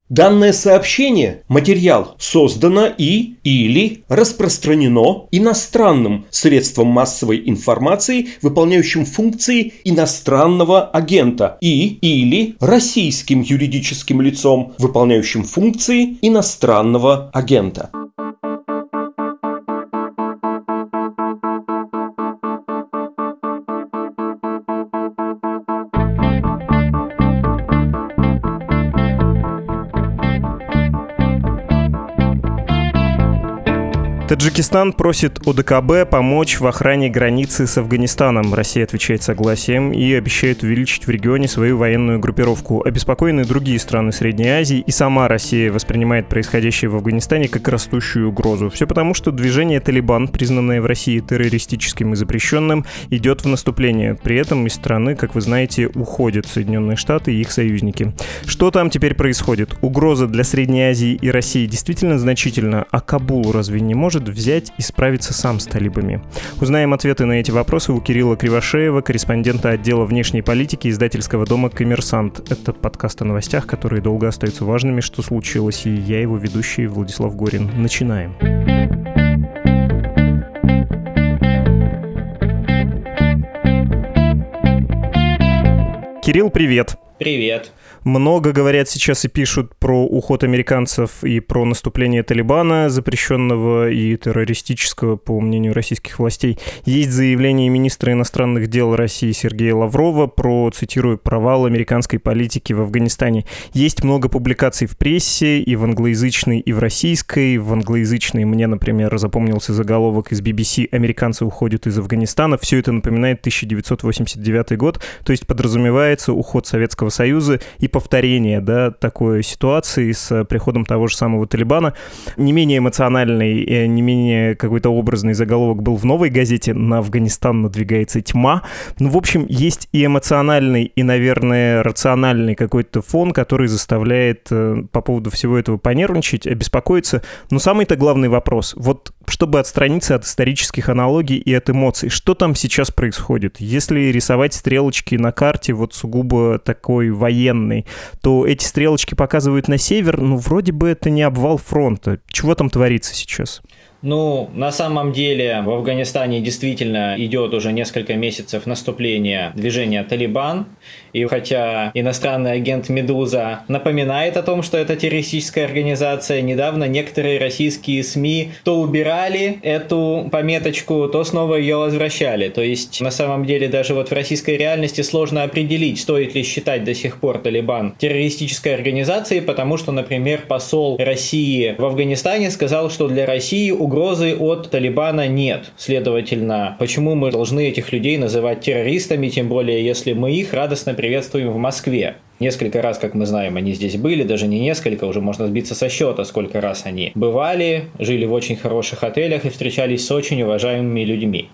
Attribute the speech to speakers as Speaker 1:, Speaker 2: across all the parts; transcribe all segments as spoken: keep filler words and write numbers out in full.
Speaker 1: Данное сообщение, материал, создано и или распространено иностранным средством массовой информации, выполняющим функции иностранного агента, и или российским юридическим лицом, выполняющим функции иностранного агента.
Speaker 2: Таджикистан просит о дэ ка бэ помочь в охране границы с Афганистаном. Россия отвечает согласием и обещает увеличить в регионе свою военную группировку. Обеспокоены другие страны Средней Азии, и сама Россия воспринимает происходящее в Афганистане как растущую угрозу. Все потому, что движение «Талибан», признанное в России террористическим и запрещенным, идет в наступление. При этом из страны, как вы знаете, уходят Соединенные Штаты и их союзники. Что там теперь происходит? Угроза для Средней Азии и России действительно значительна, а Кабул разве не может взять и справиться сам с талибами? Узнаем ответы на эти вопросы у Кирилла Кривошеева, корреспондента отдела внешней политики издательского дома «Коммерсант». Это подкаст о новостях, которые долго остаются важными, что случилось, и я его ведущий Владислав Горин. Начинаем. Кирилл, привет.
Speaker 3: Привет.
Speaker 2: Много говорят сейчас и пишут про уход американцев и про наступление Талибана, запрещенного и террористического, по мнению российских властей. Есть заявление министра иностранных дел России Сергея Лаврова про, цитирую, «провал американской политики в Афганистане». Есть много публикаций в прессе, и в англоязычной, и в российской. В англоязычной мне, например, запомнился заголовок из би би си «Американцы уходят из Афганистана». Все это напоминает тысяча девятьсот восемьдесят девятый год, то есть подразумевается уход Советского Союза и повторение, да, такой ситуации с приходом того же самого Талибана. Не менее эмоциональный, не менее какой-то образный заголовок был в «Новой газете» «На Афганистан надвигается тьма». Ну, в общем, есть и эмоциональный, и, наверное, рациональный какой-то фон, который заставляет по поводу всего этого понервничать, обеспокоиться. Но самый-то главный вопрос, вот чтобы отстраниться от исторических аналогий и от эмоций, что там сейчас происходит? Если рисовать стрелочки на карте вот сугубо такой военной, то эти стрелочки показывают на север, ну, вроде бы это не обвал фронта. Чего там творится сейчас?
Speaker 3: Ну, на самом деле в Афганистане действительно идет уже несколько месяцев наступление движения «Талибан». И хотя иностранный агент «Медуза» напоминает о том, что это террористическая организация, недавно некоторые российские СМИ то убирали эту пометочку, то снова ее возвращали. То есть, на самом деле, даже вот в российской реальности сложно определить, стоит ли считать до сих пор «Талибан» террористической организацией, потому что, например, посол России в Афганистане сказал, что для России угрозы от Талибана нет. Следовательно, почему мы должны этих людей называть террористами, тем более, если мы их радостно приветствуем в Москве? Несколько раз, как мы знаем, они здесь были, даже не несколько, уже можно сбиться со счета, сколько раз они бывали, жили в очень хороших отелях и встречались с очень уважаемыми людьми.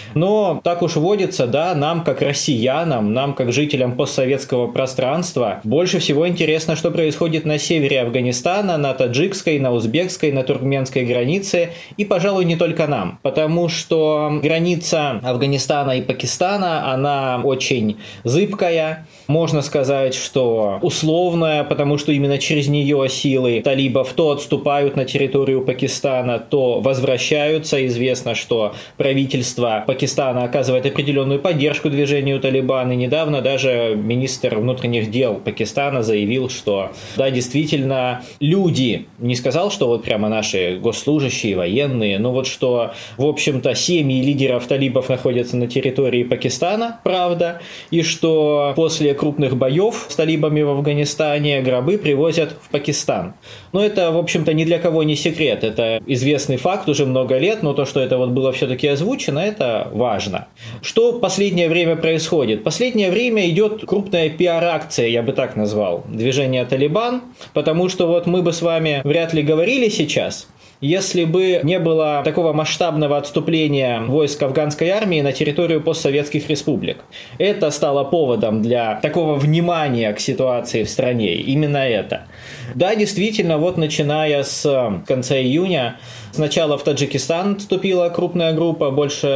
Speaker 3: Но так уж водится, да, нам, как россиянам, нам, как жителям постсоветского пространства, больше всего интересно, что происходит на севере Афганистана, на таджикской, на узбекской, на туркменской границе, и, пожалуй, не только нам, потому что граница Афганистана и Пакистана, она очень зыбкая, можно сказать, что условная, потому что именно через нее силы талибов то отступают на территорию Пакистана, то возвращаются. Известно, что правительство Пакистана оказывает определенную поддержку движению Талибан. И недавно даже министр внутренних дел Пакистана заявил, что да, действительно, люди, не сказал, что вот прямо наши госслужащие, военные, но вот что, в общем-то, семьи лидеров талибов находятся на территории Пакистана, правда, и что после крупных боев с талибами в Афганистане гробы привозят в Пакистан. Но это, в общем-то, ни для кого не секрет. Это известный факт уже много лет, но то, что это вот было все-таки озвучено, это важно. Что в последнее время происходит? В последнее время идет крупная пиар-акция, я бы так назвал, движения «Талибан», потому что вот мы бы с вами вряд ли говорили сейчас, если бы не было такого масштабного отступления войск афганской армии на территорию постсоветских республик. Это стало поводом для такого внимания к ситуации в стране. Именно это. Да, действительно, вот начиная с конца июня, сначала в Таджикистан вступила крупная группа, больше ста человек,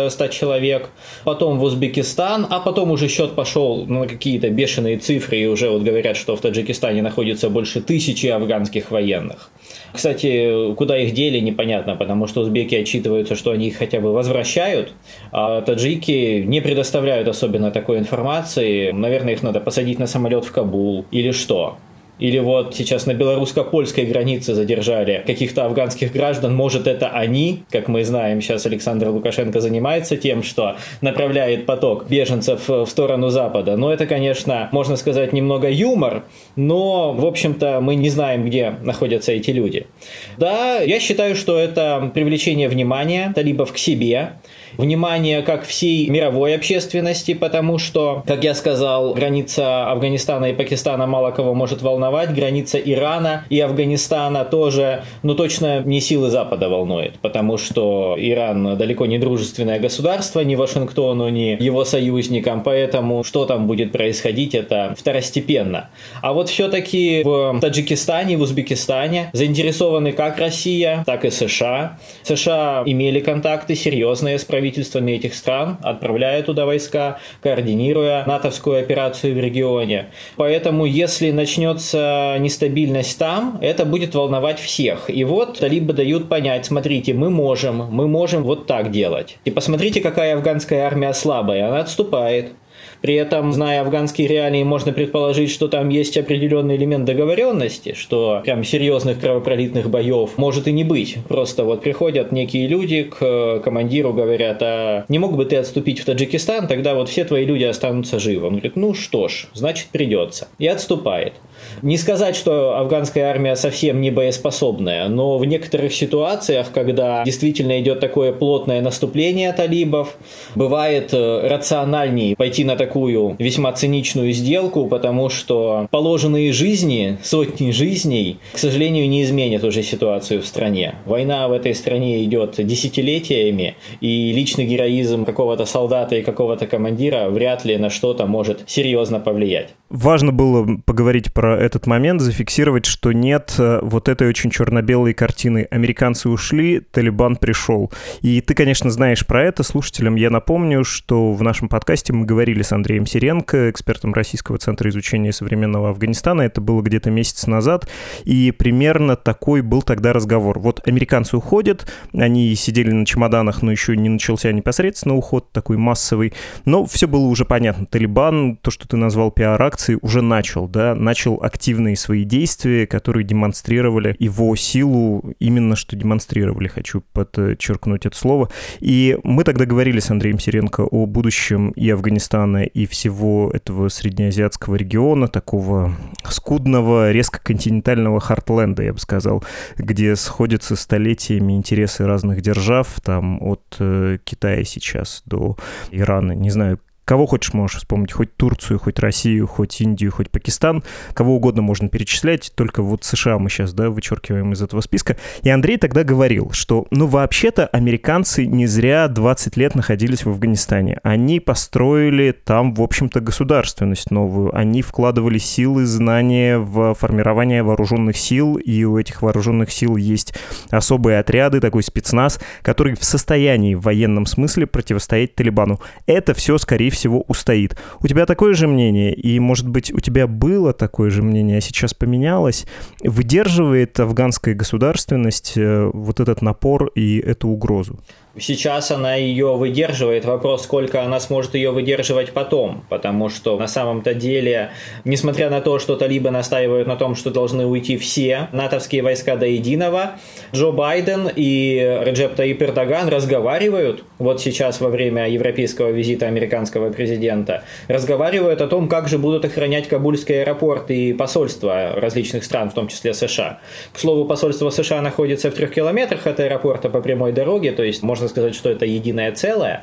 Speaker 3: человек, потом в Узбекистан, а потом уже счет пошел на какие-то бешеные цифры, и уже вот говорят, что в Таджикистане находится больше тысячи афганских военных. Кстати, куда их дели, непонятно, потому что узбеки отчитываются, что они их хотя бы возвращают, а таджики не предоставляют особенно такой информации. Наверное, их надо посадить на самолет в Кабул или что. Или вот сейчас на белорусско-польской границе задержали каких-то афганских граждан. Может, это они, как мы знаем, сейчас Александр Лукашенко занимается тем, что направляет поток беженцев в сторону Запада. Но это, конечно, можно сказать, немного юмор, но, в общем-то, мы не знаем, где находятся эти люди. Да, я считаю, что это привлечение внимания талибов к себе, внимание как всей мировой общественности, потому что, как я сказал, граница Афганистана и Пакистана мало кого может волновать, граница Ирана и Афганистана тоже, но точно не силы Запада волнует, потому что Иран далеко не дружественное государство ни Вашингтону, ни его союзникам, поэтому что там будет происходить, это второстепенно. А вот все-таки в Таджикистане, в Узбекистане заинтересованы как Россия, так и США. США имели контакты серьезные с правительством правительствами этих стран, отправляя туда войска, координируя натовскую операцию в регионе. Поэтому, если начнется нестабильность там, это будет волновать всех. И вот талибы дают понять, смотрите, мы можем, мы можем вот так делать. И посмотрите, какая афганская армия слабая, она отступает. При этом, зная афганские реалии, можно предположить, что там есть определенный элемент договоренности, что прям серьезных кровопролитных боев может и не быть. Просто вот приходят некие люди к командиру, говорят, а не мог бы ты отступить в Таджикистан, тогда вот все твои люди останутся живы. Он говорит, ну что ж, значит придется. И отступает. Не сказать, что афганская армия совсем не боеспособная, но в некоторых ситуациях, когда действительно идет такое плотное наступление талибов, бывает рациональнее пойти на такую весьма циничную сделку, потому что положенные жизни, сотни жизней, к сожалению, не изменят уже ситуацию в стране. Война в этой стране идет десятилетиями, и личный героизм какого-то солдата и какого-то командира вряд ли на что-то может серьезно повлиять.
Speaker 2: Важно было поговорить про этот момент, зафиксировать, что нет вот этой очень черно-белой картины. Американцы ушли, Талибан пришел. И ты, конечно, знаешь про это. Слушателям я напомню, что в нашем подкасте мы говорили с Андреем Сиренко, экспертом Российского центра изучения современного Афганистана. Это было где-то месяц назад. И примерно такой был тогда разговор. Вот американцы уходят, они сидели на чемоданах, но еще не начался непосредственно уход такой массовый. Но все было уже понятно. Талибан, то, что ты назвал пиар-акцией, уже начал, да, начал активные свои действия, которые демонстрировали его силу, именно что демонстрировали, хочу подчеркнуть это слово. И мы тогда говорили с Андреем Сиренко о будущем и Афганистана, и всего этого среднеазиатского региона, такого скудного, резко континентального хартленда, я бы сказал, где сходятся столетиями интересы разных держав, там от э, Китая сейчас до Ирана, не знаю, кого хочешь можешь вспомнить, хоть Турцию, хоть Россию, хоть Индию, хоть Пакистан, кого угодно можно перечислять, только вот США мы сейчас, да, вычеркиваем из этого списка. И Андрей тогда говорил, что, ну, вообще-то американцы не зря двадцать лет находились в Афганистане. Они построили там, в общем-то, государственность новую. Они вкладывали силы, знания в формирование вооруженных сил, и у этих вооруженных сил есть особые отряды, такой спецназ, который в состоянии в военном смысле противостоять Талибану. Это все, скорее всего, устоит. У тебя такое же мнение, и, может быть, у тебя было такое же мнение, а сейчас поменялось? Выдерживает афганская государственность вот этот напор и эту угрозу?
Speaker 3: Сейчас она ее выдерживает. Вопрос, сколько она сможет ее выдерживать потом. Потому что на самом-то деле, несмотря на то, что талибы настаивают на том, что должны уйти все натовские войска до единого, Джо Байден и Реджеп Таyyip Эрдоган разговаривают, вот сейчас во время европейского визита американского президента, разговаривают о том, как же будут охранять Кабульский аэропорт и посольства различных стран, в том числе США. К слову, посольство США находится в трех километрах от аэропорта по прямой дороге, то есть можно сказать, что это единое целое.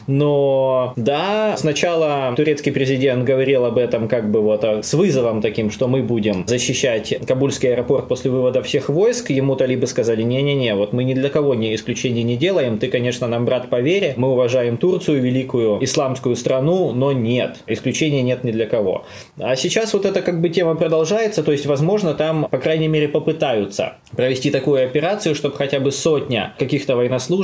Speaker 3: Но да, сначала турецкий президент говорил об этом как бы вот с вызовом таким, что мы будем защищать Кабульский аэропорт после вывода всех войск. Ему талибы сказали, не-не-не, вот мы ни для кого не исключения не делаем. Ты, конечно, нам брат по вере, мы уважаем Турцию, великую исламскую страну, но нет, исключения нет ни для кого. А сейчас вот эта как бы тема продолжается, то есть, возможно, там, по крайней мере, попытаются провести такую операцию, чтобы хотя бы сотня каких-то военнослужащих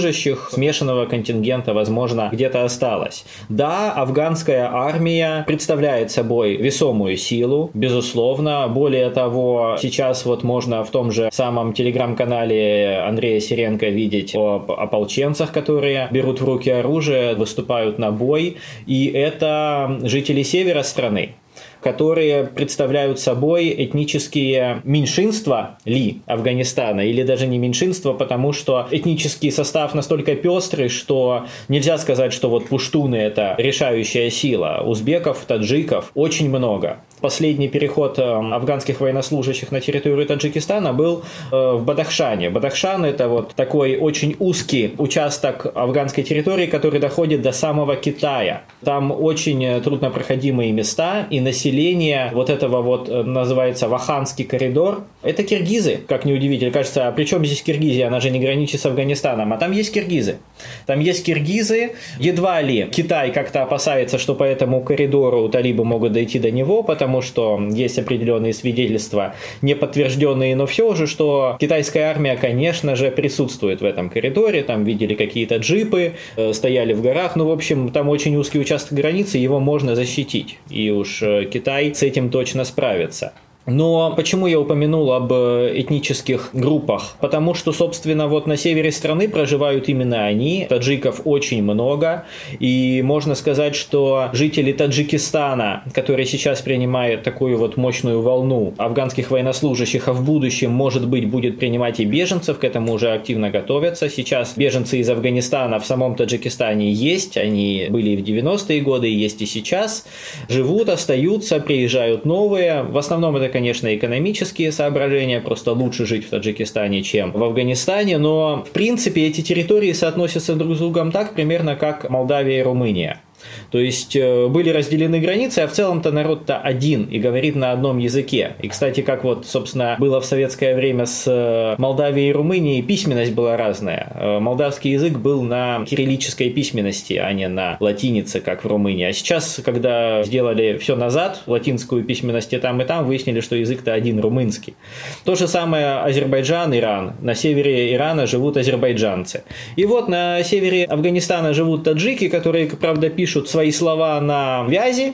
Speaker 3: смешанного контингента, возможно, где-то осталось. Да, афганская армия представляет собой весомую силу, безусловно. Более того, сейчас вот можно в том же самом телеграм-канале Андрея Сиренко видеть об ополченцах, которые берут в руки оружие, выступают на бой. И это жители севера страны, которые представляют собой этнические меньшинства ли Афганистана, или даже не меньшинства, потому что этнический состав настолько пестрый, что нельзя сказать, что вот пуштуны – это решающая сила. Узбеков, таджиков очень много. Последний переход афганских военнослужащих на территорию Таджикистана был в Бадахшане. Бадахшан – это вот такой очень узкий участок афганской территории, который доходит до самого Китая. Там очень труднопроходимые места, и население вот этого вот называется Ваханский коридор. Это киргизы, как ни удивительно. Кажется, а при чем здесь Киргизия? Она же не граничит с Афганистаном. А там есть киргизы. Там есть киргизы. Едва ли Китай как-то опасается, что по этому коридору талибы могут дойти до него, потому Потому что есть определенные свидетельства, не подтвержденные, но все же, что китайская армия, конечно же, присутствует в этом коридоре. Там видели какие-то джипы, стояли в горах. Ну, в общем, там очень узкий участок границы, его можно защитить. И уж Китай с этим точно справится. Но почему я упомянул об этнических группах? Потому что, собственно, вот на севере страны проживают именно они. Таджиков очень много. И можно сказать, что жители Таджикистана, которые сейчас принимают такую вот мощную волну афганских военнослужащих, а в будущем, может быть, будет принимать и беженцев, к этому уже активно готовятся. Сейчас беженцы из Афганистана в самом Таджикистане есть. Они были и в девяностые годы, и есть и сейчас. Живут, остаются, приезжают новые. В основном это, конечно, экономические соображения, просто лучше жить в Таджикистане, чем в Афганистане, но, в принципе, эти территории соотносятся друг с другом так, примерно как Молдавия и Румыния. То есть были разделены границы, а в целом-то народ-то один и говорит на одном языке. И, кстати, как вот, собственно, было в советское время с Молдавией и Румынией, письменность была разная. Молдавский язык был на кириллической письменности, а не на латинице, как в Румынии. А сейчас, когда сделали все назад, латинскую письменность и там, и там, выяснили, что язык-то один, румынский. То же самое Азербайджан, Иран. На севере Ирана живут азербайджанцы. И вот на севере Афганистана живут таджики, которые, правда, пишут свои слова на вязи,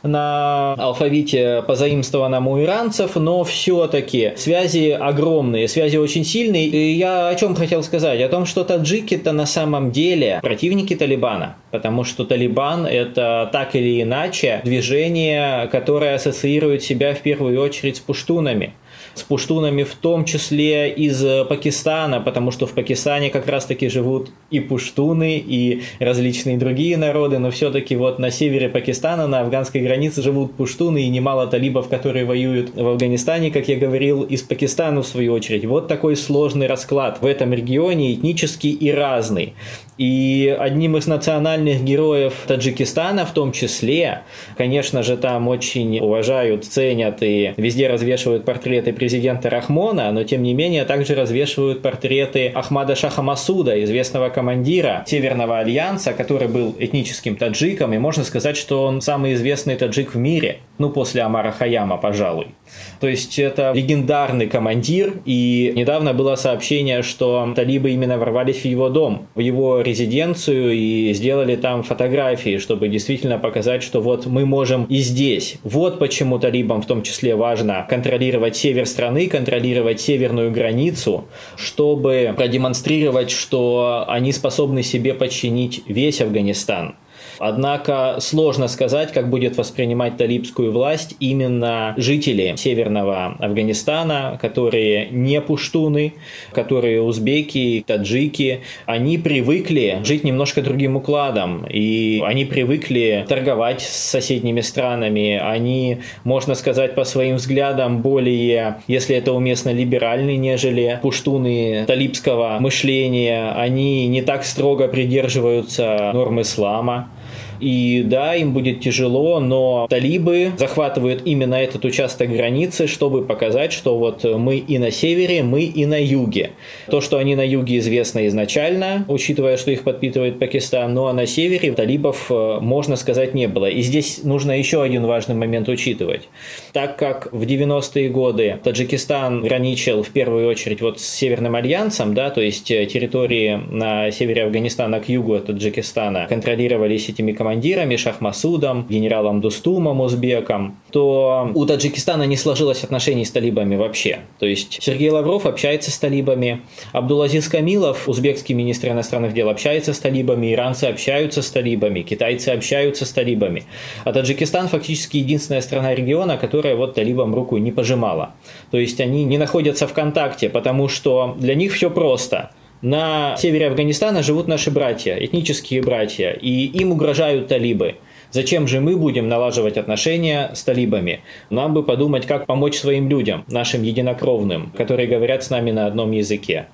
Speaker 3: на алфавите, позаимствованном у иранцев, но все-таки связи огромные, связи очень сильные. И я о чем хотел сказать? О том, что таджики-то на самом деле противники Талибана, потому что Талибан – это так или иначе движение, которое ассоциирует себя в первую очередь с пуштунами. С пуштунами в том числе из Пакистана, потому что в Пакистане как раз-таки живут и пуштуны, и различные другие народы, но все-таки вот на севере Пакистана, на афганской границе живут пуштуны, и немало талибов, которые воюют в Афганистане, как я говорил, из Пакистана в свою очередь. Вот такой сложный расклад в этом регионе, этнический и разный. И одним из национальных героев Таджикистана в том числе, конечно же, там очень уважают, ценят и везде развешивают портреты президента Рахмона, но тем не менее также развешивают портреты Ахмада Шаха Масуда, известного командира Северного альянса, который был этническим таджиком, и можно сказать, что он самый известный таджик в мире, ну после Омара Хайяма, пожалуй. То есть это легендарный командир, и недавно было сообщение, что талибы именно ворвались в его дом, в его резиденцию и сделали там фотографии, чтобы действительно показать, что вот мы можем и здесь. Вот почему талибам в том числе важно контролировать север страны, контролировать северную границу, чтобы продемонстрировать, что они способны себе подчинить весь Афганистан. Однако сложно сказать, как будет воспринимать талибскую власть именно жители северного Афганистана, которые не пуштуны, которые узбеки, таджики. Они привыкли жить немножко другим укладом, и они привыкли торговать с соседними странами. Они, можно сказать, по своим взглядам более, если это уместно, либеральны, нежели пуштуны талибского мышления. Они не так строго придерживаются норм ислама. И да, им будет тяжело, но талибы захватывают именно этот участок границы, чтобы показать, что вот мы и на севере, мы и на юге. То, что они на юге, известно изначально, учитывая, что их подпитывает Пакистан, ну а на севере талибов, можно сказать, не было. И здесь нужно еще один важный момент учитывать. Так как в девяностые годы Таджикистан граничил в первую очередь вот с Северным альянсом, да, то есть территории на севере Афганистана к югу от Таджикистана контролировались этими командирами, Шах Масудом, генералом Дустумом, узбеком, то у Таджикистана не сложилось отношений с талибами вообще. То есть Сергей Лавров общается с талибами, Абдулазиз Камилов, узбекский министр иностранных дел, общается с талибами, иранцы общаются с талибами, китайцы общаются с талибами. А Таджикистан фактически единственная страна региона, которая вот талибам руку не пожимала. То есть они не находятся в контакте, потому что для них все просто. На севере Афганистана живут наши братья, этнические братья, и им угрожают талибы. Зачем же мы будем налаживать отношения с талибами? Нам бы подумать, как помочь своим людям, нашим единокровным, которые говорят с нами на одном языке.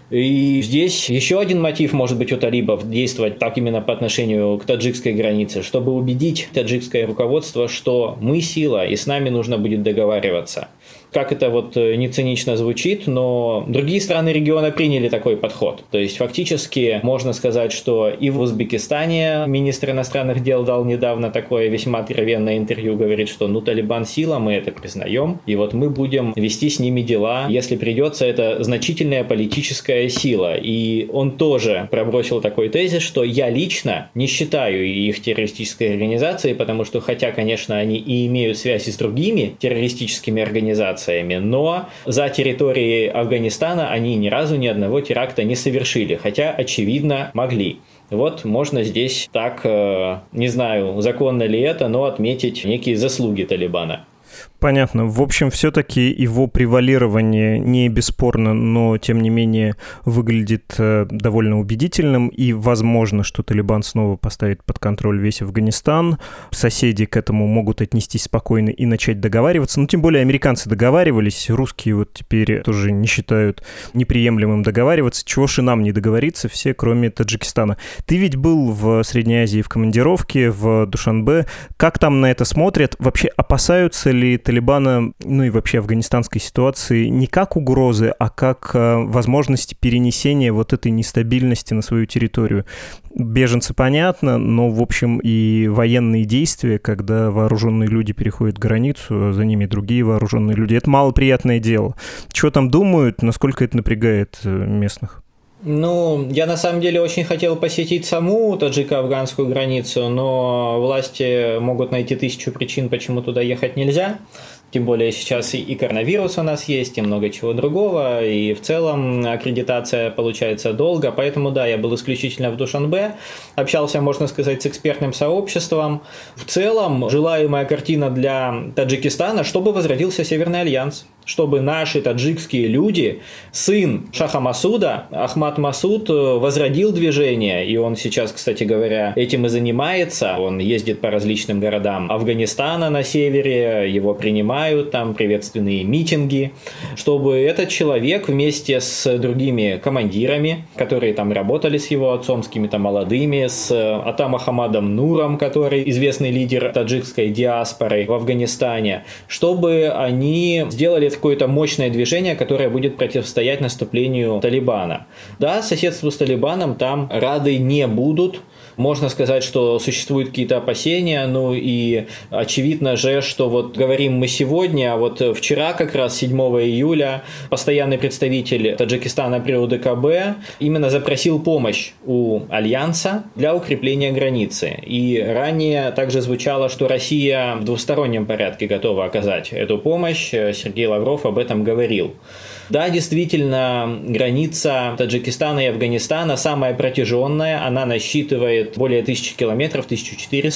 Speaker 3: И здесь еще один мотив может быть у талибов действовать так именно по отношению к таджикской границе, чтобы убедить таджикское руководство, что мы сила и с нами нужно будет договариваться. Как это вот не цинично звучит, но другие страны региона приняли такой подход. То есть фактически можно сказать, что и в Узбекистане министр иностранных дел дал недавно такое весьма откровенное интервью, говорит, что ну Талибан сила, мы это признаем, и вот мы будем вести с ними дела, если придется, это значительная политическая сила. И он тоже пробросил такой тезис, что я лично не считаю их террористической организацией, потому что хотя, конечно, они и имеют связи с другими террористическими организациями, но за территорией Афганистана они ни разу ни одного теракта не совершили, хотя, очевидно, могли. Вот можно здесь так, не знаю, законно ли это, но отметить некие заслуги Талибана.
Speaker 2: Понятно. В общем, все-таки его превалирование не бесспорно, но, тем не менее, выглядит довольно убедительным, и возможно, что Талибан снова поставит под контроль весь Афганистан. Соседи к этому могут отнестись спокойно и начать договариваться. Ну, тем более, американцы договаривались, русские вот теперь тоже не считают неприемлемым договариваться. Чего ж и нам не договориться, все, кроме Таджикистана. Ты ведь был в Средней Азии в командировке, в Душанбе. Как там на это смотрят? Вообще опасаются ли Талибана, ну и вообще афганистанской ситуации не как угрозы, а как э, возможности перенесения вот этой нестабильности на свою территорию? Беженцы, понятно, но, в общем, и военные действия, когда вооруженные люди переходят границу, а за ними другие вооруженные люди, это малоприятное дело. Чего там думают, насколько это напрягает местных?
Speaker 3: Ну, я на самом деле очень хотел посетить саму таджико-афганскую границу, но власти могут найти тысячу причин, почему туда ехать нельзя. Тем более сейчас и коронавирус у нас есть, и много чего другого, и в целом аккредитация получается долго, поэтому да, я был исключительно в Душанбе, общался, можно сказать, с экспертным сообществом. В целом, желаемая картина для Таджикистана, чтобы возродился Северный альянс, чтобы наши таджикские люди, сын Шаха Масуда, Ахмад Масуд, возродил движение, и он сейчас, кстати говоря, этим и занимается, он ездит по различным городам Афганистана на севере, его принимают, там приветственные митинги, чтобы этот человек вместе с другими командирами, которые там работали с его отцом, с какими-то молодыми, с Ата Мохаммадом Нуром, который известный лидер таджикской диаспоры в Афганистане, чтобы они сделали какое-то мощное движение, которое будет противостоять наступлению Талибана. Да, соседству с Талибаном там рады не будут. Можно сказать, что существуют какие-то опасения, ну и очевидно же, что вот говорим мы сегодня, а вот вчера как раз седьмого июля постоянный представитель Таджикистана при УДКБ именно запросил помощь у Альянса для укрепления границы. И ранее также звучало, что Россия в двустороннем порядке готова оказать эту помощь. Сергей Лавров об этом говорил. Да, действительно, граница Таджикистана и Афганистана самая протяженная, она насчитывает более тысячи километров, тысяча четыреста.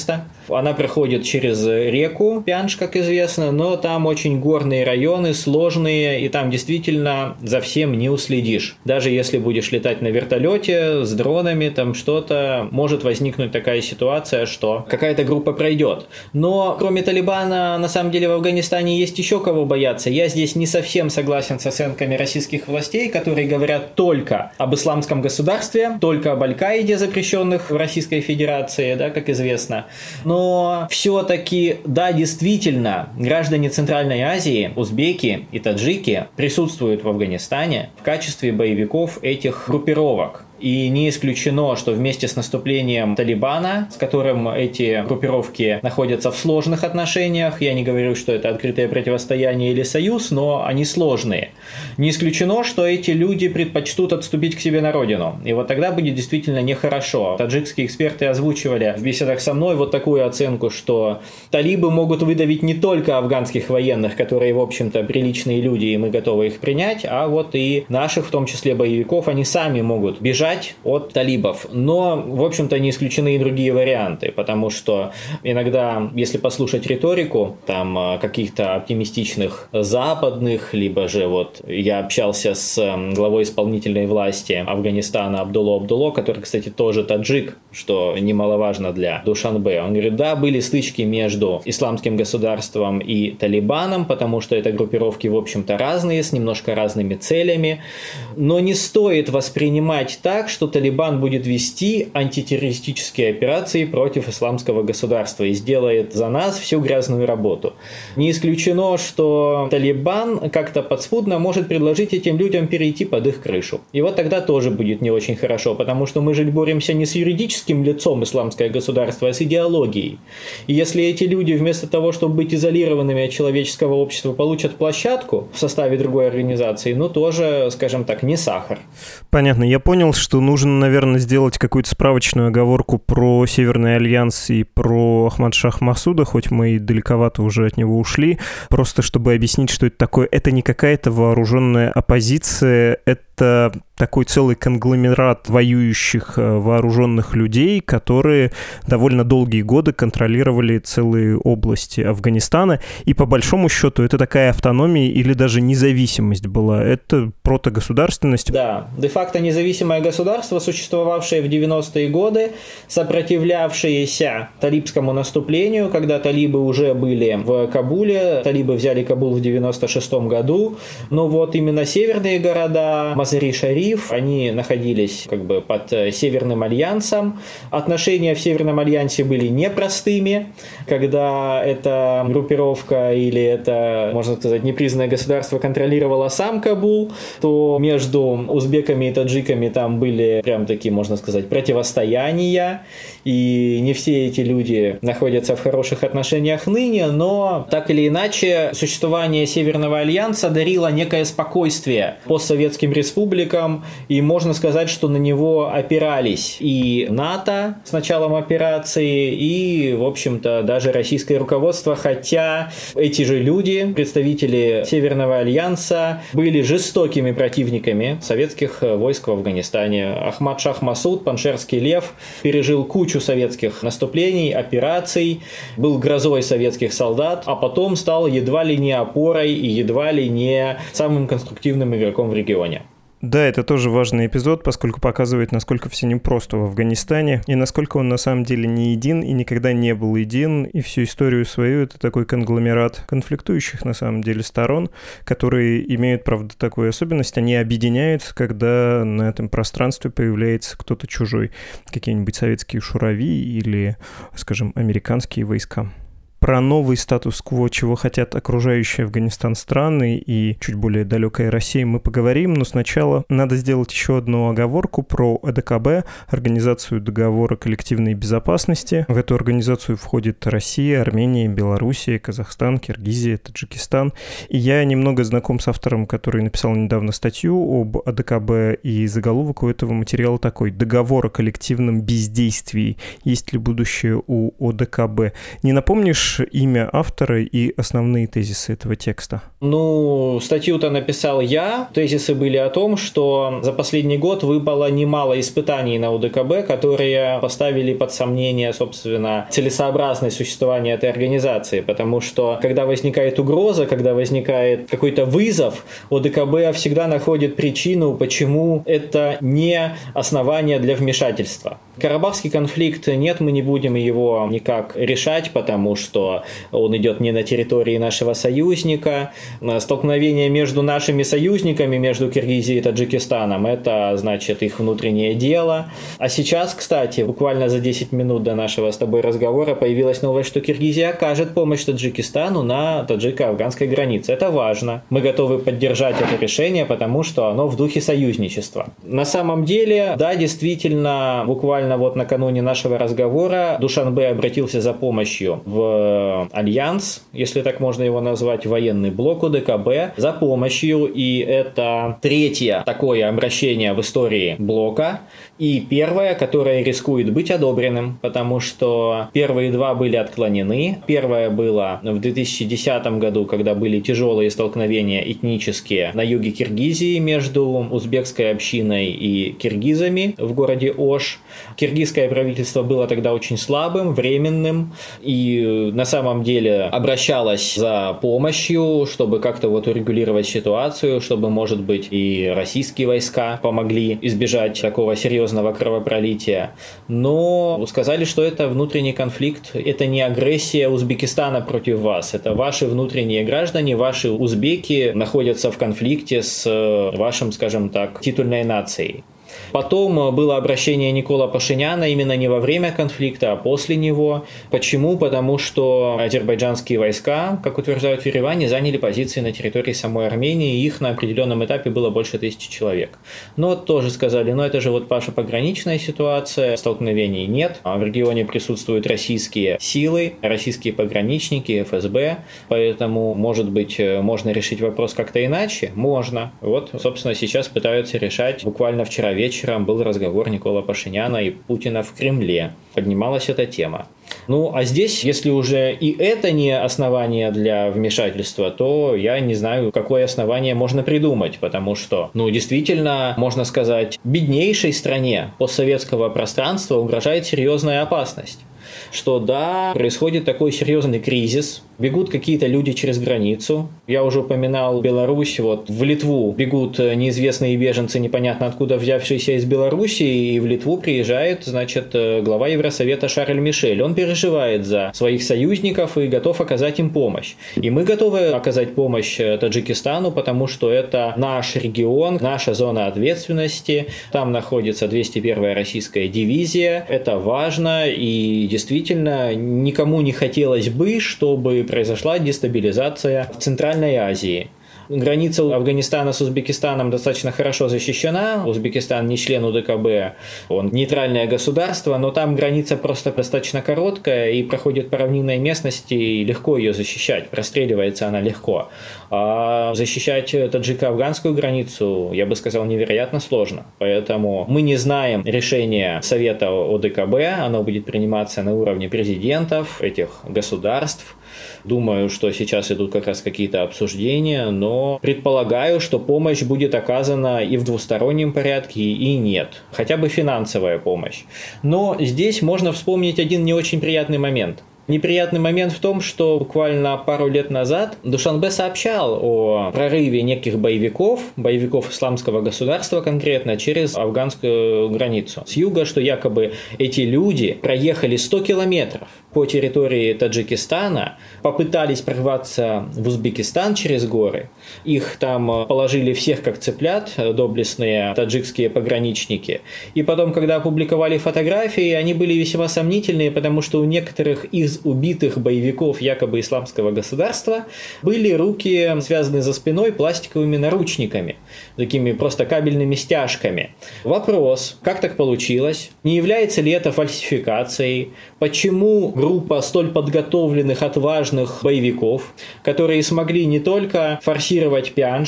Speaker 3: Она проходит через реку Пянш, как известно, но там очень горные районы, сложные, и там действительно за всем не уследишь. Даже если будешь летать на вертолете с дронами, там что-то, может возникнуть такая ситуация, что какая-то группа пройдет. Но кроме Талибана, на самом деле в Афганистане есть еще кого бояться. Я здесь не совсем согласен с оценками российских властей, которые говорят только об исламском государстве, только об Аль-Каиде, запрещенных в Российской Федерации, да, как известно. Но все-таки, да, действительно, граждане Центральной Азии, узбеки и таджики присутствуют в Афганистане в качестве боевиков этих группировок. И не исключено, что вместе с наступлением Талибана, с которым эти группировки находятся в сложных отношениях, я не говорю, что это открытое противостояние или союз, но они сложные. Не исключено, что эти люди предпочтут отступить к себе на родину. И вот тогда будет действительно нехорошо. Таджикские эксперты озвучивали в беседах со мной вот такую оценку, что талибы могут выдавить не только афганских военных, которые, в общем-то, приличные люди, и мы готовы их принять, а вот и наших, в том числе боевиков, они сами могут бежать от талибов. Но, в общем-то, не исключены и другие варианты, потому что иногда, если послушать риторику там каких-то оптимистичных западных, либо же вот я общался с главой исполнительной власти Афганистана Абдулло Абдулло, который, кстати, тоже таджик, что немаловажно для Душанбе. Он говорит, да, были стычки между исламским государством и Талибаном, потому что это группировки, в общем-то, разные, с немножко разными целями, но не стоит воспринимать так, что Талибан будет вести антитеррористические операции против исламского государства и сделает за нас всю грязную работу. Не исключено, что Талибан как-то подспудно может предложить этим людям перейти под их крышу. И вот тогда тоже будет не очень хорошо, потому что мы же боремся не с юридическим лицом исламское государство, а с идеологией. И если эти люди вместо того, чтобы быть изолированными от человеческого общества, получат площадку в составе другой организации, ну тоже, скажем так, не сахар.
Speaker 2: Понятно. Я понял, что нужно, наверное, сделать какую-то справочную оговорку про Северный альянс и про Ахмад-Шах Масуда, хоть мы и далековато уже от него ушли, просто чтобы объяснить, что это такое. Это не какая-то вооруженная оппозиция, это такой целый конгломерат воюющих вооруженных людей, которые довольно долгие годы контролировали целые области Афганистана. И по большому счету это такая автономия или даже независимость была. Это протогосударственность.
Speaker 3: Да, де-факто независимое государство, существовавшее в девяностые годы, сопротивлявшееся талибскому наступлению, когда талибы уже были в Кабуле. Талибы взяли Кабул в девяносто шестом году. Но вот именно северные города, Мазари-Шариф, они находились как бы под Северным альянсом. Отношения в Северном альянсе были непростыми, когда эта группировка или это, можно сказать, непризнанное государство контролировало сам Кабул, то между узбеками и таджиками там были прям такие, можно сказать, противостояния, и не все эти люди находятся в хороших отношениях ныне, но так или иначе существование Северного альянса дарило некое спокойствие постсоветским республикам, и можно сказать, что на него опирались и НАТО с началом операции, и, в общем-то, даже российское руководство, хотя эти же люди, представители Северного альянса, были жестокими противниками советских войск в Афганистане. Ахмад-Шах Масуд, Паншерский лев, пережил кучу советских наступлений, операций, был грозой советских солдат, а потом стал едва ли не опорой и едва ли не самым конструктивным игроком в регионе.
Speaker 2: Да, это тоже важный эпизод, поскольку показывает, насколько все непросто в Афганистане, и насколько он на самом деле не един и никогда не был един, и всю историю свою это такой конгломерат конфликтующих на самом деле сторон, которые имеют, правда, такую особенность, они объединяются, когда на этом пространстве появляется кто-то чужой, какие-нибудь советские шурави или, скажем, американские войска. Про новый статус-кво, чего хотят окружающие Афганистан страны и чуть более далекая Россия, мы поговорим, но сначала надо сделать еще одну оговорку про О Дэ Ка Бэ, Организацию договора коллективной безопасности. В эту организацию входит Россия, Армения, Белоруссия, Казахстан, Киргизия, Таджикистан. И я немного знаком с автором, который написал недавно статью об О Дэ Ка Бэ, и заголовок у этого материала такой: «Договор о коллективном бездействии. Есть ли будущее у О Дэ Ка Бэ?» Не напомнишь, напомнишь имя автора и основные тезисы этого текста?
Speaker 3: Ну, статью-то написал я. Тезисы были о том, что за последний год выпало немало испытаний на УДКБ, которые поставили под сомнение, собственно, целесообразность существования этой организации. Потому что, когда возникает угроза, когда возникает какой-то вызов, УДКБ всегда находит причину, почему это не основание для вмешательства. Карабахский конфликт, нет, мы не будем его никак решать, потому что он идет не на территории нашего союзника. Столкновение между нашими союзниками, между Киргизией и Таджикистаном, это, значит, их внутреннее дело. А сейчас, кстати, буквально за десять минут до нашего с тобой разговора появилась новость, что Киргизия окажет помощь Таджикистану на таджико-афганской границе. Это важно. Мы готовы поддержать это решение, потому что оно в духе союзничества. На самом деле, да, действительно, буквально вот накануне нашего разговора Душанбе обратился за помощью в Альянс, если так можно его назвать, военный блок УДКБ, за помощью, и это третье такое обращение в истории блока, и первое, которое рискует быть одобренным, потому что первые два были отклонены. Первое было в две тысячи десятом году, когда были тяжелые столкновения этнические на юге Киргизии между узбекской общиной и киргизами в городе Ош. Киргизское правительство было тогда очень слабым, временным, и на самом деле обращалось за помощью, чтобы как-то вот урегулировать ситуацию, чтобы, может быть, и российские войска помогли избежать такого серьезного кровопролития. Но сказали, что это внутренний конфликт, это не агрессия Узбекистана против вас, это ваши внутренние граждане, ваши узбеки находятся в конфликте с вашим, скажем так, титульной нацией. Потом было обращение Никола Пашиняна именно не во время конфликта, а после него. Почему? Потому что азербайджанские войска, как утверждают в Ереване, заняли позиции на территории самой Армении, и их на определенном этапе было больше тысячи человек. Но тоже сказали, ну это же вот, Паша, пограничная ситуация, столкновений нет, а в регионе присутствуют российские силы, российские пограничники, эф эс бэ, поэтому, может быть, можно решить вопрос как-то иначе? Можно. Вот, собственно, сейчас пытаются решать. Буквально вчера вечером Вечером был разговор Никола Пашиняна и Путина в Кремле. Поднималась эта тема. Ну, а здесь, если уже и это не основание для вмешательства, то я не знаю, какое основание можно придумать, потому что, ну, действительно, можно сказать, беднейшей стране постсоветского пространства угрожает серьезная опасность. Что да, происходит такой серьезный кризис, бегут какие-то люди через границу. Я уже упоминал Беларусь, вот в Литву бегут неизвестные беженцы, непонятно откуда взявшиеся из Беларуси, и в Литву приезжает, значит, глава Евросовета Шарль Мишель. Он переживает за своих союзников и готов оказать им помощь. И мы готовы оказать помощь Таджикистану, потому что это наш регион, наша зона ответственности. Там находится двести первая российская дивизия. Это важно, и действительно никому не хотелось бы, чтобы произошла дестабилизация в Центральной Азии. Граница Афганистана с Узбекистаном достаточно хорошо защищена. Узбекистан не член УДКБ, он нейтральное государство, но там граница просто достаточно короткая и проходит по равнинной местности, и легко ее защищать, простреливается она легко. А защищать таджико-афганскую границу, я бы сказал, невероятно сложно. Поэтому мы не знаем решения Совета ОДКБ, оно будет приниматься на уровне президентов этих государств. Думаю, что сейчас идут как раз какие-то обсуждения, но предполагаю, что помощь будет оказана и в двустороннем порядке, и нет. Хотя бы финансовая помощь. Но здесь можно вспомнить один не очень приятный момент. Неприятный момент в том, что буквально пару лет назад Душанбе сообщал о прорыве неких боевиков, боевиков исламского государства конкретно, через афганскую границу с юга, что якобы эти люди проехали сто километров по территории Таджикистана, попытались прорваться в Узбекистан через горы. Их там положили всех как цыплят, доблестные таджикские пограничники. И потом, когда опубликовали фотографии, они были весьма сомнительные, потому что у некоторых из убитых боевиков якобы исламского государства были руки связаны за спиной пластиковыми наручниками, такими просто кабельными стяжками. Вопрос, как так получилось? Не является ли это фальсификацией? Почему группа столь подготовленных, отважных боевиков, которые смогли не только форсировать Пянш,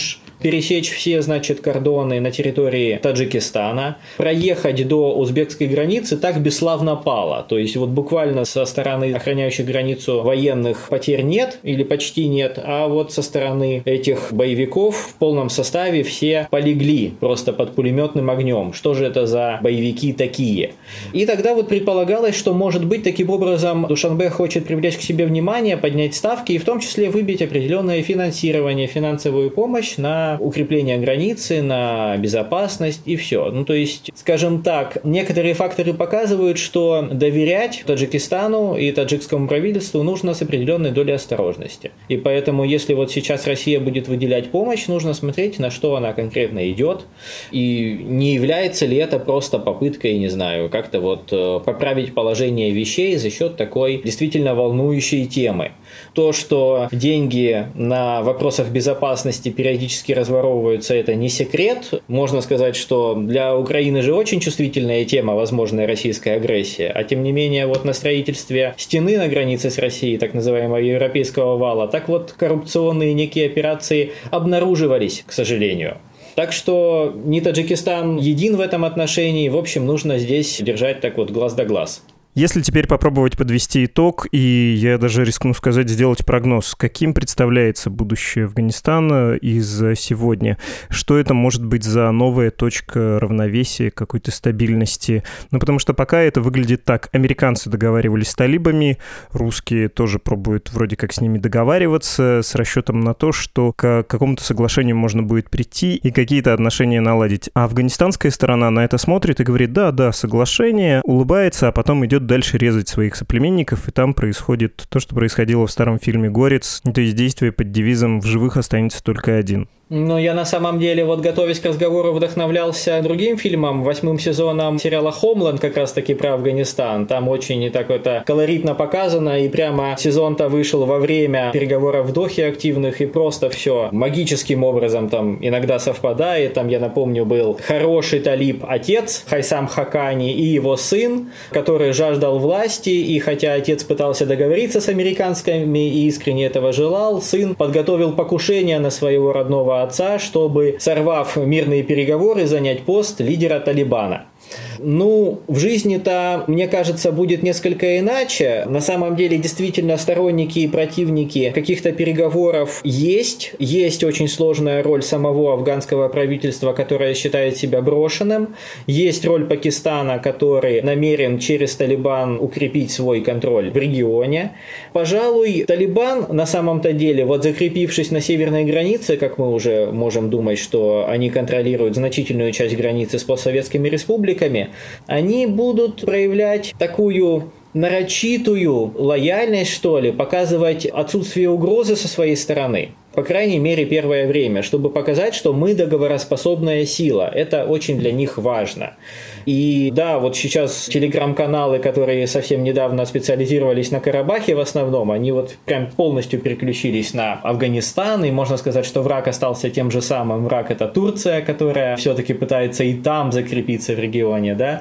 Speaker 3: пересечь все, значит, кордоны на территории Таджикистана, проехать до узбекской границы, так бесславно пало. То есть вот буквально со стороны охраняющих границу военных потерь нет или почти нет, а вот со стороны этих боевиков в полном составе все полегли просто под пулеметным огнем. Что же это за боевики такие? И тогда вот предполагалось, что, может быть, таким образом Душанбе хочет привлечь к себе внимание, поднять ставки и в том числе выбить определенное финансирование, финансовую помощь на укрепление границы, на безопасность и все. Ну, то есть, скажем так, некоторые факторы показывают, что доверять Таджикистану и таджикскому правительству нужно с определенной долей осторожности. И поэтому, если вот сейчас Россия будет выделять помощь, нужно смотреть, на что она конкретно идет, и не является ли это просто попыткой, не знаю, как-то вот поправить положение вещей за счет такой действительно волнующей темы. То, что деньги на вопросах безопасности периодически разворовываются, это не секрет. Можно сказать, что для Украины же очень чувствительная тема возможная российская агрессия, а тем не менее вот на строительстве стены на границе с Россией, так называемого европейского вала, так вот коррупционные некие операции обнаруживались, к сожалению. Так что не Таджикистан един в этом отношении, в общем, нужно здесь держать так вот глаз да глаз.
Speaker 2: Если теперь попробовать подвести итог, и я даже рискну сказать, сделать прогноз, каким представляется будущее Афганистана из сегодня? Что это может быть за новая точка равновесия, какой-то стабильности? Ну, потому что пока это выглядит так. Американцы договаривались с талибами, русские тоже пробуют вроде как с ними договариваться, с расчетом на то, что к какому-то соглашению можно будет прийти и какие-то отношения наладить. А афганистанская сторона на это смотрит и говорит, да, да, соглашение, улыбается, а потом идет дальше резать своих соплеменников, и там происходит то, что происходило в старом фильме «Горец», то есть действие под девизом «В живых останется только один».
Speaker 3: Ну, я на самом деле, вот готовясь к разговору, вдохновлялся другим фильмом, восьмым сезоном сериала «Хомленд», как раз-таки про Афганистан. Там очень так это колоритно показано, и прямо сезон-то вышел во время переговоров в Дохе активных, и просто все магическим образом там иногда совпадает. Там, я напомню, был хороший талиб-отец Хайсам Хакани и его сын, который жаждал власти, и хотя отец пытался договориться с американцами и искренне этого желал, сын подготовил покушение на своего родного отца, чтобы, сорвав мирные переговоры, занять пост лидера Талибана. Ну, в жизни-то, мне кажется, будет несколько иначе. На самом деле, действительно, сторонники и противники каких-то переговоров есть. Есть очень сложная роль самого афганского правительства, которое считает себя брошенным. Есть роль Пакистана, который намерен через Талибан укрепить свой контроль в регионе. Пожалуй, Талибан на самом-то деле, вот закрепившись на северной границе, как мы уже можем думать, что они контролируют значительную часть границы с постсоветскими республиками, они будут проявлять такую нарочитую лояльность, что ли, показывать отсутствие угрозы со своей стороны. По крайней мере, первое время, чтобы показать, что мы договороспособная сила. Это очень для них важно. И да, вот сейчас телеграм-каналы, которые совсем недавно специализировались на Карабахе в основном, они вот прям полностью переключились на Афганистан, и можно сказать, что враг остался тем же самым. Враг — это Турция, которая все-таки пытается и там закрепиться в регионе, да.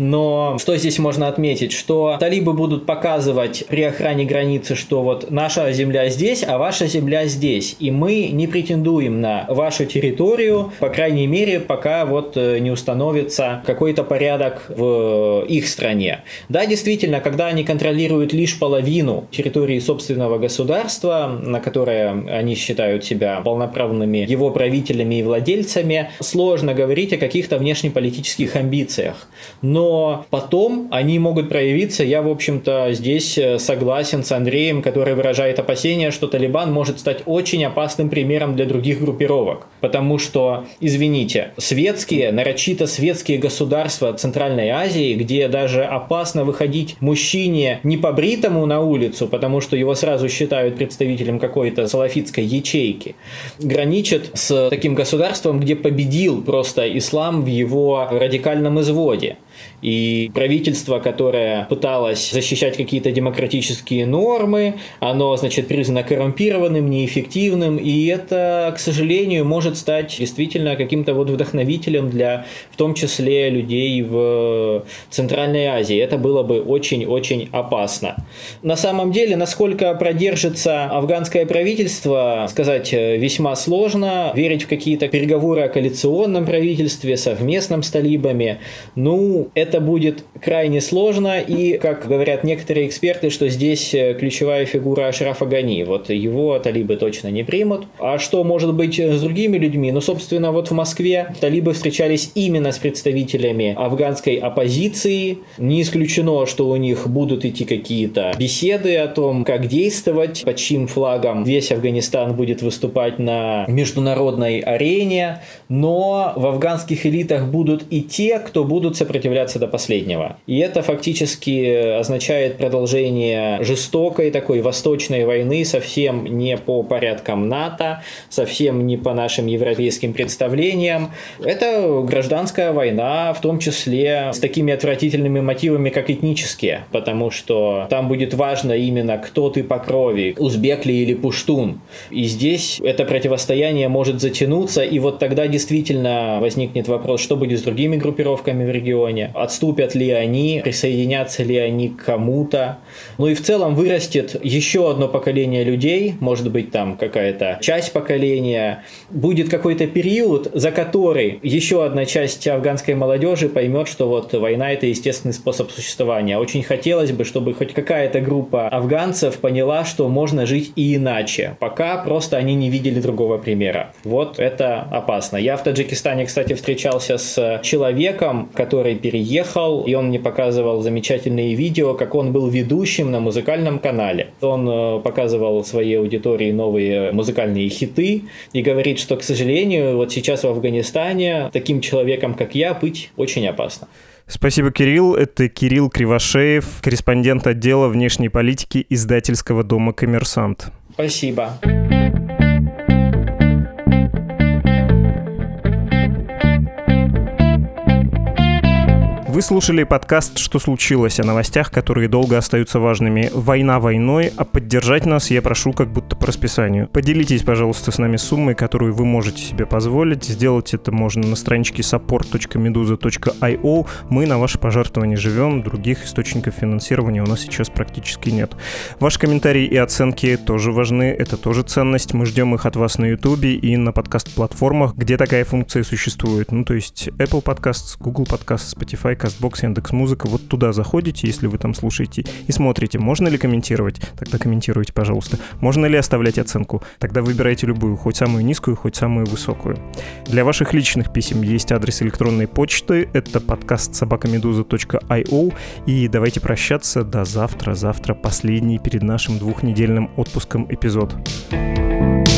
Speaker 3: Но что здесь можно отметить? Что талибы будут показывать при охране границы, что вот наша земля здесь, а ваша земля здесь. И мы не претендуем на вашу территорию, по крайней мере, пока вот не установится какой-то порядок в их стране. Да, действительно, когда они контролируют лишь половину территории собственного государства, на которое они считают себя полноправными его правителями и владельцами, сложно говорить о каких-то внешнеполитических амбициях. Но потом они могут проявиться. Я, в общем-то, здесь согласен с Андреем, который выражает опасения, что Талибан может стать очень опасным примером для других группировок. Потому что, извините, светские, нарочито светские государства Центральной Азии, где даже опасно выходить мужчине не побритому на улицу, потому что его сразу считают представителем какой-то салафитской ячейки, граничат с таким государством, где победил просто ислам в его радикальном изводе. И правительство, которое пыталось защищать какие-то демократические нормы, оно, значит, признано коррумпированным, неэффективным, и это, к сожалению, может может стать действительно каким-то вот вдохновителем для, в том числе, людей в Центральной Азии. Это было бы очень-очень опасно. На самом деле, насколько продержится афганское правительство, сказать весьма сложно. Верить в какие-то переговоры о коалиционном правительстве, совместном с талибами, ну, это будет крайне сложно. И, как говорят некоторые эксперты, что здесь ключевая фигура Ашрафа Гани. Вот его талибы точно не примут. А что может быть с другими людьми? Ну, собственно, вот в Москве талибы встречались именно с представителями афганской оппозиции. Не исключено, что у них будут идти какие-то беседы о том, как действовать, под чьим флагом весь Афганистан будет выступать на международной арене. Но в афганских элитах будут и те, кто будут сопротивляться до последнего. И это фактически означает продолжение жестокой такой восточной войны, совсем не по порядкам НАТО, совсем не по нашим европейским представлениям. Это гражданская война, в том числе с такими отвратительными мотивами, как этнические, потому что там будет важно именно, кто ты по крови, узбек ли или пуштун. И здесь это противостояние может затянуться, и вот тогда действительно возникнет вопрос, что будет с другими группировками в регионе, отступят ли они, присоединятся ли они к кому-то. Ну и в целом вырастет еще одно поколение людей, может быть там какая-то часть поколения, будет какой-то период, за который еще одна часть афганской молодежи поймет, что вот война — это естественный способ существования. Очень хотелось бы, чтобы хоть какая-то группа афганцев поняла, что можно жить и иначе. Пока просто они не видели другого примера. Вот это опасно. Я в Таджикистане, кстати, встречался с человеком, который переехал, и он мне показывал замечательные видео, как он был ведущим на музыкальном канале. Он показывал своей аудитории новые музыкальные хиты и говорит, что, к сожалению, вот сейчас в Афганистане таким человеком, как я, быть очень опасно.
Speaker 2: Спасибо, Кирилл. Это Кирилл Кривошеев, корреспондент отдела внешней политики издательского дома «Коммерсант».
Speaker 3: Спасибо.
Speaker 2: Вы слушали подкаст «Что случилось?» о новостях, которые долго остаются важными. Война войной, а поддержать нас я прошу как будто по расписанию. Поделитесь, пожалуйста, с нами суммой, которую вы можете себе позволить. Сделать это можно на страничке support точка meduza точка io. Мы на ваши пожертвования живем, других источников финансирования у нас сейчас практически нет. Ваши комментарии и оценки тоже важны, это тоже ценность. Мы ждем их от вас на YouTube и на подкаст-платформах, где такая функция существует. Ну, то есть Apple Podcasts, Google Podcasts, Spotify, Castbox, Яндекс.Музыка. Вот туда заходите, если вы там слушаете, и смотрите, можно ли комментировать. Тогда комментируйте, пожалуйста. Можно ли оставлять оценку. Тогда выбирайте любую, хоть самую низкую, хоть самую высокую. Для ваших личных писем есть адрес электронной почты. Это подкаст собака медуза точка io. И давайте прощаться до завтра. Завтра последний перед нашим двухнедельным отпуском эпизод.